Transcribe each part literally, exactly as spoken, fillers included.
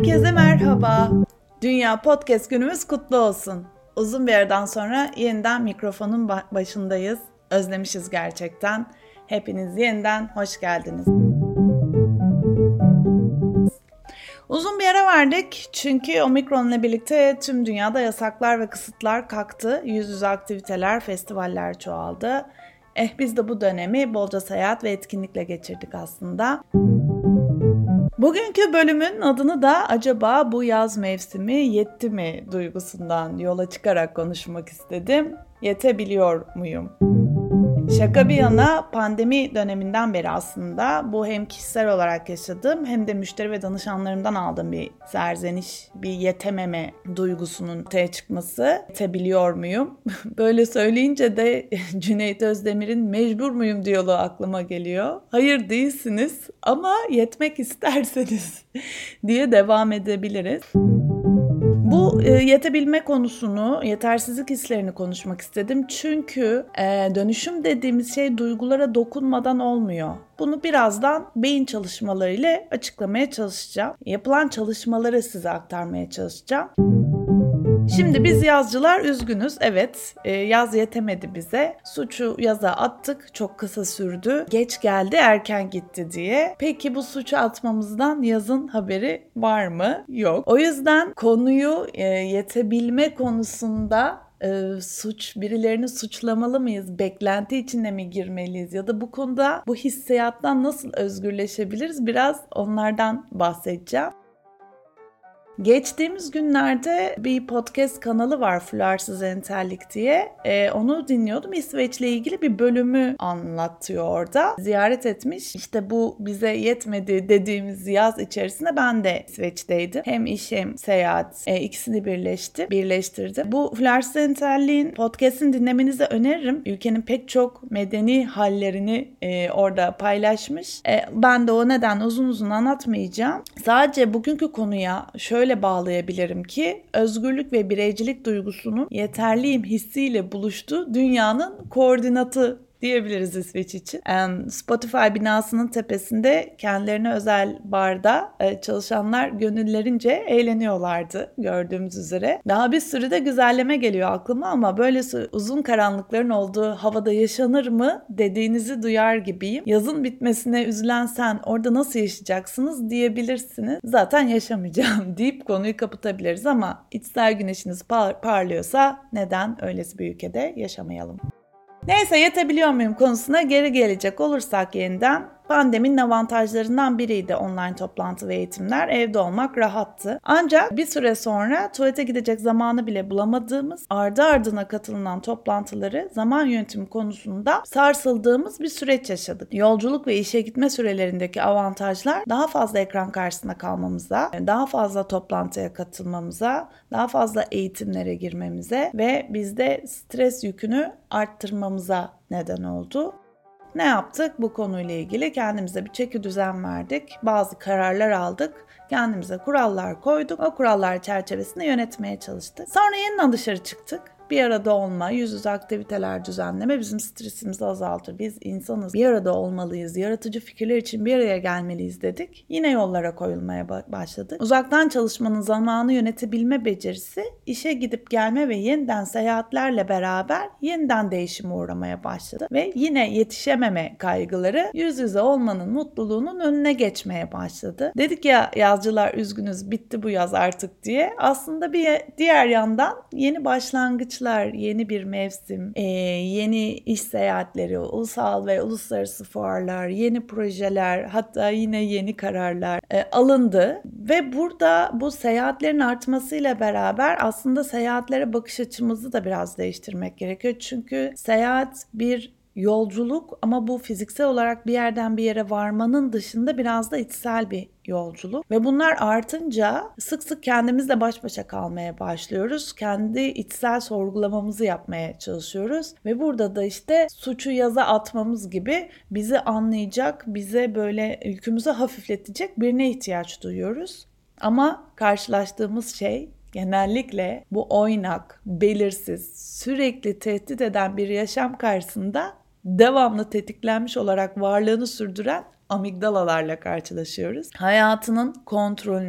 Herkese merhaba. Dünya Podcast günümüz kutlu olsun. Uzun bir aradan sonra yeniden mikrofonun başındayız. Özlemişiz gerçekten. Hepiniz yeniden hoş geldiniz. Uzun bir ara verdik çünkü Omikron'la birlikte tüm dünyada yasaklar ve kısıtlar kalktı. Yüz yüze aktiviteler, festivaller çoğaldı. Eh biz de bu dönemi bolca seyahat ve etkinlikle geçirdik aslında. Bugünkü bölümün adını da acaba bu yaz mevsimi yetti mi duygusundan yola çıkarak konuşmak istedim. Yetebiliyor muyum? Şaka bir yana pandemi döneminden beri aslında bu hem kişisel olarak yaşadığım hem de müşteri ve danışanlarımdan aldığım bir serzeniş, bir yetememe duygusunun ortaya çıkması. Yetebiliyor muyum? Böyle söyleyince de Cüneyt Özdemir'in mecbur muyum diyaloğu aklıma geliyor. Hayır değilsiniz ama yetmek isterseniz diye devam edebiliriz. Bu e, yetebilme konusunu, yetersizlik hislerini konuşmak istedim. Çünkü e, dönüşüm dediğimiz şey duygulara dokunmadan olmuyor. Bunu birazdan beyin çalışmalarıyla açıklamaya çalışacağım. Yapılan çalışmaları size aktarmaya çalışacağım. Şimdi biz yazcılar üzgünüz. Evet, yaz yetemedi bize. Suçu yaza attık. Çok kısa sürdü. Geç geldi, erken gitti diye. Peki bu suçu atmamızdan yazın haberi var mı? Yok. O yüzden konuyu yetebilme konusunda e, suç, birilerini suçlamalı mıyız? Beklenti içine mi girmeliyiz? Ya da bu konuda bu hissiyattan nasıl özgürleşebiliriz? Biraz onlardan bahsedeceğim. Geçtiğimiz günlerde bir podcast kanalı var Flarsız Entellik diye. Ee, onu dinliyordum. İsveç'le ilgili bir bölümü anlatıyor orada. Ziyaret etmiş. İşte bu bize yetmedi dediğimiz yaz içerisinde ben de İsveç'teydim. Hem iş hem seyahat e, ikisini birleşti, birleştirdi. Bu Flarsız Entellik'in podcast'ini dinlemenizi öneririm. Ülkenin pek çok medeni hallerini e, orada paylaşmış. E, ben de o nedenle uzun uzun anlatmayacağım. Sadece bugünkü konuya şöyle Şöyle bağlayabilirim ki özgürlük ve bireycilik duygusunun yeterliyim hissiyle buluştuğu dünyanın koordinatı diyebiliriz İsveç için. Spotify binasının tepesinde kendilerine özel barda çalışanlar gönüllerince eğleniyorlardı gördüğümüz üzere. Daha bir sürü de güzelleme geliyor aklıma ama böylesi uzun karanlıkların olduğu havada yaşanır mı dediğinizi duyar gibiyim. Yazın bitmesine üzülen sen orada nasıl yaşayacaksınız diyebilirsiniz. Zaten yaşamayacağım deyip konuyu kapatabiliriz ama içsel güneşiniz par- parlıyorsa neden öylesi bir ülkede yaşamayalım? Neyse yetebiliyor muyum konusuna geri gelecek olursak yeniden pandeminin avantajlarından biriydi online toplantı ve eğitimler. Evde olmak rahattı. Ancak bir süre sonra tuvalete gidecek zamanı bile bulamadığımız, ardı ardına katılınan toplantıları zaman yönetimi konusunda sarsıldığımız bir süreç yaşadık. Yolculuk ve işe gitme sürelerindeki avantajlar daha fazla ekran karşısında kalmamıza, daha fazla toplantıya katılmamıza, daha fazla eğitimlere girmemize ve bizde stres yükünü arttırmamıza neden oldu. Ne yaptık? Bu konuyla ilgili kendimize bir çeki düzen verdik. Bazı kararlar aldık. Kendimize kurallar koyduk. O kurallar çerçevesinde yönetmeye çalıştık. Sonra yeniden dışarı çıktık. Bir arada olma, yüz yüze aktiviteler düzenleme bizim stresimizi azaltır. Biz insanız, bir arada olmalıyız, yaratıcı fikirler için bir araya gelmeliyiz dedik. Yine yollara koyulmaya başladık. Uzaktan çalışmanın zamanı yönetebilme becerisi, işe gidip gelme ve yeniden seyahatlerle beraber yeniden değişime uğramaya başladı. Ve yine yetişememe kaygıları yüz yüze olmanın mutluluğunun önüne geçmeye başladı. Dedik ya yazcılar üzgünüz, bitti bu yaz artık diye. Aslında bir diğer yandan yeni başlangıçlar, yeni bir mevsim, e, yeni iş seyahatleri, ulusal ve uluslararası fuarlar, yeni projeler, hatta yine yeni kararlar e, alındı. Ve burada bu seyahatlerin artmasıyla beraber aslında seyahatlere bakış açımızı da biraz değiştirmek gerekiyor. Çünkü seyahat bir yolculuk ama bu fiziksel olarak bir yerden bir yere varmanın dışında biraz da içsel bir yolculuk. Ve bunlar artınca sık sık kendimizle baş başa kalmaya başlıyoruz. Kendi içsel sorgulamamızı yapmaya çalışıyoruz. Ve burada da işte suçu yaza atmamız gibi bizi anlayacak, bize böyle yükümüzü hafifletecek birine ihtiyaç duyuyoruz. Ama karşılaştığımız şey genellikle bu oynak, belirsiz, sürekli tehdit eden bir yaşam karşısında devamlı tetiklenmiş olarak varlığını sürdüren amigdalalarla karşılaşıyoruz. Hayatının kontrolünün,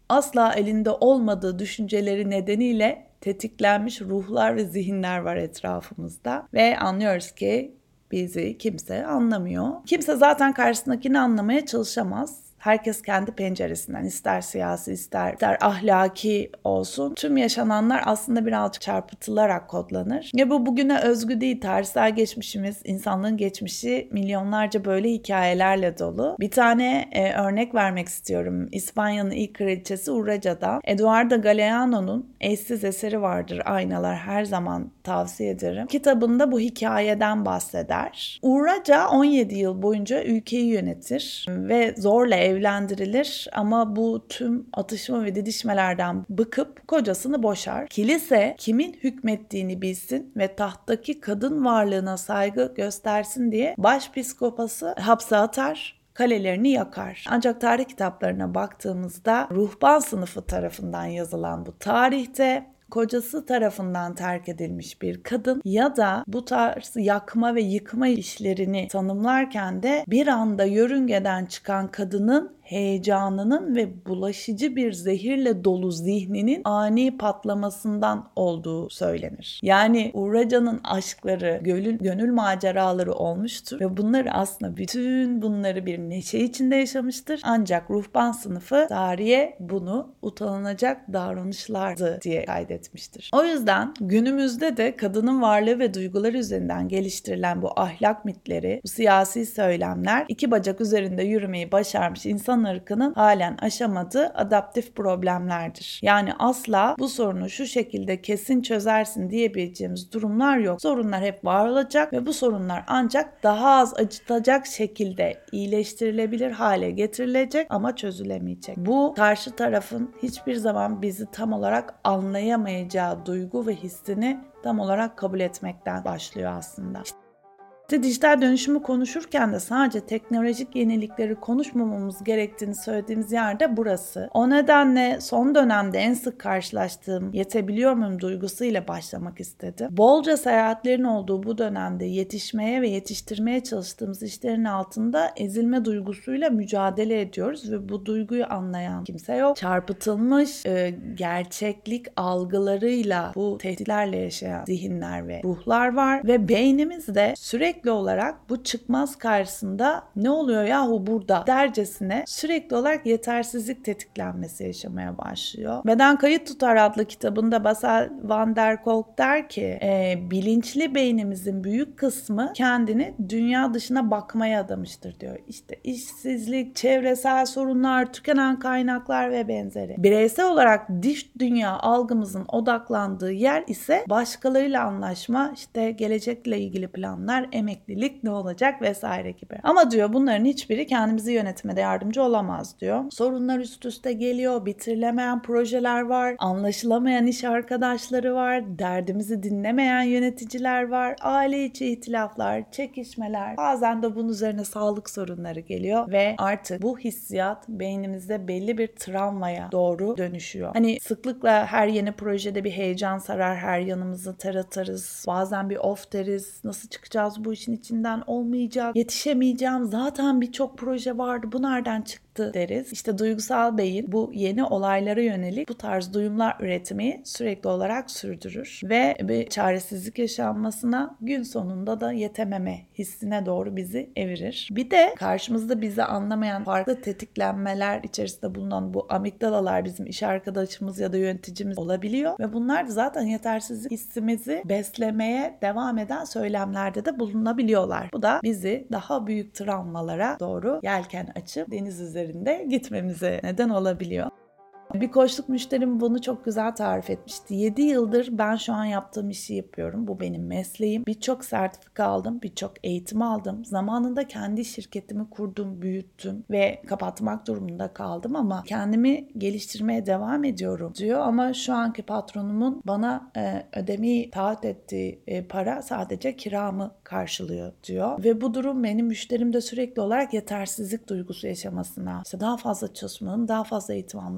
asla elinde olmadığı düşünceleri nedeniyle tetiklenmiş ruhlar ve zihinler var etrafımızda ve anlıyoruz ki bizi kimse anlamıyor. Kimse zaten karşısındakini anlamaya çalışamaz. Herkes kendi penceresinden, ister siyasi ister, ister ahlaki olsun. Tüm yaşananlar aslında birazcık çarpıtılarak kodlanır. Ya bu bugüne özgü değil, tarihsel geçmişimiz, insanlığın geçmişi milyonlarca böyle hikayelerle dolu. Bir tane e, örnek vermek istiyorum. İspanya'nın ilk kraliçesi Urraca'da. Eduardo Galeano'nun eşsiz eseri vardır, Aynalar, her zaman tavsiye ederim. Kitabında bu hikayeden bahseder. Urraca on yedi yıl boyunca ülkeyi yönetir ve zorla ev evlendirilir ama bu tüm atışma ve didişmelerden bıkıp kocasını boşar. Kilise kimin hükmettiğini bilsin ve tahttaki kadın varlığına saygı göstersin diye başpiskopası hapse atar, kalelerini yakar. Ancak tarih kitaplarına baktığımızda ruhban sınıfı tarafından yazılan bu tarihte kocası tarafından terk edilmiş bir kadın ya da bu tarz yakma ve yıkma işlerini tanımlarken de bir anda yörüngeden çıkan kadının heyecanının ve bulaşıcı bir zehirle dolu zihninin ani patlamasından olduğu söylenir. Yani Urraca'nın aşkları, gönül, gönül maceraları olmuştur ve bunları aslında bütün bunları bir neşe içinde yaşamıştır. Ancak ruhban sınıfı tarihe bunu utanılacak davranışlardı diye kaydetmiştir. O yüzden günümüzde de kadının varlığı ve duyguları üzerinden geliştirilen bu ahlak mitleri, bu siyasi söylemler iki bacak üzerinde yürümeyi başarmış insan ırkının halen aşamadığı adaptif problemlerdir. Yani asla bu sorunu şu şekilde kesin çözersin diyebileceğimiz durumlar yok. Sorunlar hep var olacak ve bu sorunlar ancak daha az acıtacak şekilde iyileştirilebilir hale getirilecek ama çözülemeyecek. Bu karşı tarafın hiçbir zaman bizi tam olarak anlayamayacağı duygu ve hissini tam olarak kabul etmekten başlıyor aslında. İşte İşte dijital dönüşümü konuşurken de sadece teknolojik yenilikleri konuşmamamız gerektiğini söylediğimiz yerde burası. O nedenle son dönemde en sık karşılaştığım yetebiliyor muyum duygusuyla başlamak istedim. Bolca seyahatlerin olduğu bu dönemde yetişmeye ve yetiştirmeye çalıştığımız işlerin altında ezilme duygusuyla mücadele ediyoruz ve bu duyguyu anlayan kimse yok. Çarpıtılmış e, gerçeklik algılarıyla bu tehditlerle yaşayan zihinler ve ruhlar var ve beynimiz de sürekli Sürekli olarak bu çıkmaz karşısında ne oluyor yahu burada dercesine sürekli olarak yetersizlik tetiklenmesi yaşamaya başlıyor. Beden Kayıt Tutar adlı kitabında Bessel van der Kolk der ki e, bilinçli beynimizin büyük kısmı kendini dünya dışına bakmaya adamıştır diyor. İşte işsizlik, çevresel sorunlar, tükenen kaynaklar ve benzeri. Bireysel olarak dış dünya algımızın odaklandığı yer ise başkalarıyla anlaşma, işte gelecekle ilgili planlar, emeklilik ne olacak vesaire gibi. Ama diyor bunların hiçbiri kendimizi yönetmede yardımcı olamaz diyor. Sorunlar üst üste geliyor, bitirilemeyen projeler var, anlaşılamayan iş arkadaşları var, derdimizi dinlemeyen yöneticiler var, aile içi ihtilaflar, çekişmeler, bazen de bunun üzerine sağlık sorunları geliyor ve artık bu hissiyat beynimizde belli bir travmaya doğru dönüşüyor. Hani sıklıkla her yeni projede bir heyecan sarar, her yanımızı ter atarız, bazen bir of deriz, nasıl çıkacağız bu işin içinden, olmayacak, yetişemeyeceğim, zaten birçok proje vardı, bu nereden çıktı deriz. İşte duygusal beyin bu yeni olaylara yönelik bu tarz duyumlar üretmeyi sürekli olarak sürdürür ve bir çaresizlik yaşanmasına, gün sonunda da yetememe hissine doğru bizi evirir. Bir de karşımızda bizi anlamayan farklı tetiklenmeler içerisinde bulunan bu amigdalalar bizim iş arkadaşımız ya da yöneticimiz olabiliyor ve bunlar da zaten yetersizlik hissimizi beslemeye devam eden söylemlerde de bulunabiliyorlar. Bu da bizi daha büyük travmalara doğru yelken açıp deniz üzerinde gitmemize neden olabiliyor. Bir koçluk müşterim bunu çok güzel tarif etmişti. yedi yıldır ben şu an yaptığım işi yapıyorum. Bu benim mesleğim. Birçok sertifika aldım, birçok eğitim aldım. Zamanında kendi şirketimi kurdum, büyüttüm ve kapatmak durumunda kaldım ama kendimi geliştirmeye devam ediyorum diyor. Ama şu anki patronumun bana e, ödemeyi taahhüt ettiği e, para sadece kiramı karşılıyor diyor. Ve bu durum benim müşterimde sürekli olarak yetersizlik duygusu yaşamasına, işte daha fazla çalışmalıyım, daha fazla eğitim almalıyım, daha fazla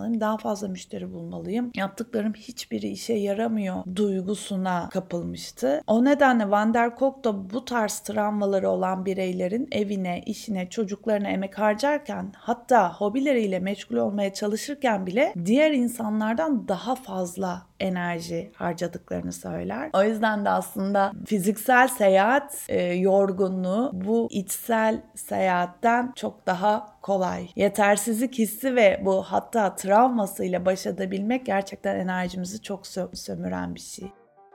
fazla müşteri bulmalıyım. Yaptıklarım hiçbiri işe yaramıyor duygusuna kapılmıştı. O nedenle Van der Kolk da bu tarz travmaları olan bireylerin evine, işine, çocuklarına emek harcarken, hatta hobileriyle meşgul olmaya çalışırken bile diğer insanlardan daha fazla enerji harcadıklarını söyler. O yüzden de aslında fiziksel seyahat e, yorgunluğu bu içsel seyahatten çok daha kolay. Yetersizlik hissi ve bu hatta travmasıyla baş edebilmek gerçekten enerjimizi çok sö- sömüren bir şey.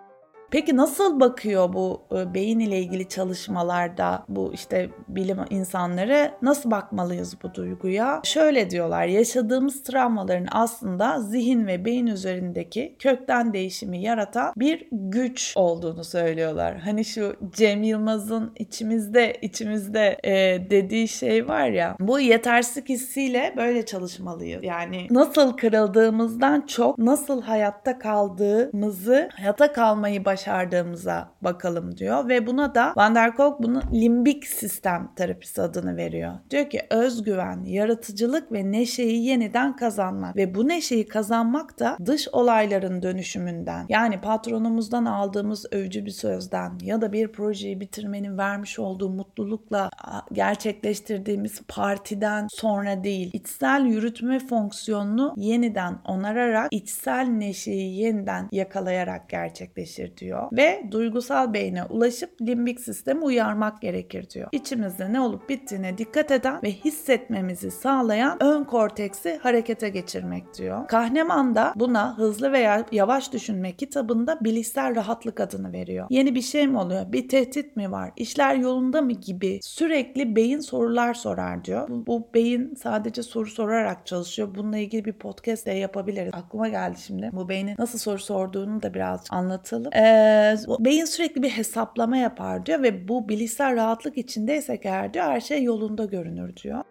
Peki nasıl bakıyor bu e, beyin ile ilgili çalışmalarda bu işte bilim insanları, nasıl bakmalıyız bu duyguya? Şöyle diyorlar, yaşadığımız travmaların aslında zihin ve beyin üzerindeki kökten değişimi yaratan bir güç olduğunu söylüyorlar. Hani şu Cem Yılmaz'ın içimizde içimizde e, dediği şey var ya, bu yetersizlik hissiyle böyle çalışmalıyız. Yani nasıl kırıldığımızdan çok nasıl hayatta kaldığımızı, hayatta kalmayı baş başardığımıza bakalım diyor ve buna da Van der Kolk bunu limbik sistem terapisi adını veriyor. Diyor ki özgüven, yaratıcılık ve neşeyi yeniden kazanmak ve bu neşeyi kazanmak da dış olayların dönüşümünden, yani patronumuzdan aldığımız övücü bir sözden ya da bir projeyi bitirmenin vermiş olduğu mutlulukla gerçekleştirdiğimiz partiden sonra değil, içsel yürütme fonksiyonunu yeniden onararak, içsel neşeyi yeniden yakalayarak gerçekleşir diyor. Ve duygusal beyne ulaşıp limbik sistemi uyarmak gerekir diyor. İçimizde ne olup bittiğine dikkat eden ve hissetmemizi sağlayan ön korteksi harekete geçirmek diyor. Kahneman da buna Hızlı veya Yavaş Düşünme kitabında bilişsel rahatlık adını veriyor. Yeni bir şey mi oluyor? Bir tehdit mi var? İşler yolunda mı gibi sürekli beyin sorular sorar diyor. Bu, bu beyin sadece soru sorarak çalışıyor. Bununla ilgili bir podcast de yapabiliriz. Aklıma geldi şimdi. Bu beynin nasıl soru sorduğunu da biraz anlatalım. Ee, beyin sürekli bir hesaplama yapar diyor ve bu bilişsel rahatlık içindeysek eğer diyor, her şey yolunda görünür diyor.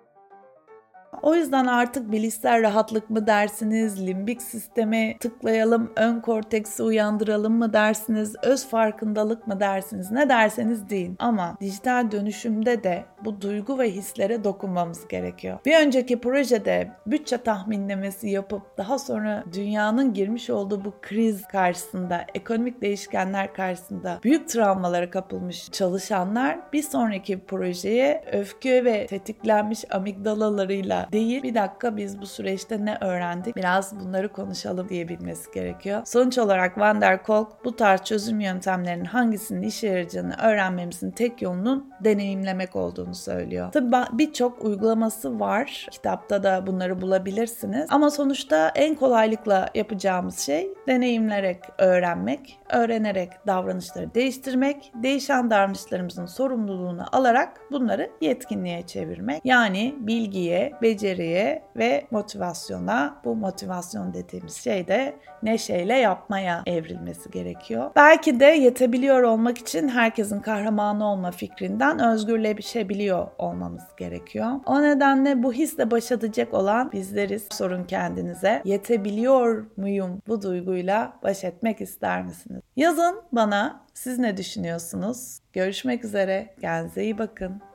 O yüzden artık bilişsel rahatlık mı dersiniz, limbik sisteme tıklayalım, ön korteksi uyandıralım mı dersiniz, öz farkındalık mı dersiniz, ne derseniz deyin. Ama dijital dönüşümde de bu duygu ve hislere dokunmamız gerekiyor. Bir önceki projede bütçe tahminlemesi yapıp daha sonra dünyanın girmiş olduğu bu kriz karşısında, ekonomik değişkenler karşısında büyük travmalara kapılmış çalışanlar bir sonraki projeye öfke ve tetiklenmiş amigdalalarıyla değil, bir dakika biz bu süreçte ne öğrendik, biraz bunları konuşalım diyebilmesi gerekiyor. Sonuç olarak Van der Kolk bu tarz çözüm yöntemlerinin hangisinin işe yarayacağını öğrenmemizin tek yolunun deneyimlemek olduğunu söylüyor. Tabii birçok uygulaması var. Kitapta da bunları bulabilirsiniz. Ama sonuçta en kolaylıkla yapacağımız şey deneyimlerek öğrenmek, öğrenerek davranışları değiştirmek, değişen davranışlarımızın sorumluluğunu alarak bunları yetkinliğe çevirmek. Yani bilgiye, beceriye ve motivasyona, bu motivasyon dediğimiz şey de neşeyle yapmaya evrilmesi gerekiyor. Belki de yetebiliyor olmak için herkesin kahramanı olma fikrinden özgürleşebiliyor olmamız gerekiyor. O nedenle bu hisle baş edecek olan bizleriz. Sorun kendinize. Yetebiliyor muyum bu duyguyla baş etmek ister misiniz? Yazın bana, siz ne düşünüyorsunuz? Görüşmek üzere. Kendinize iyi bakın.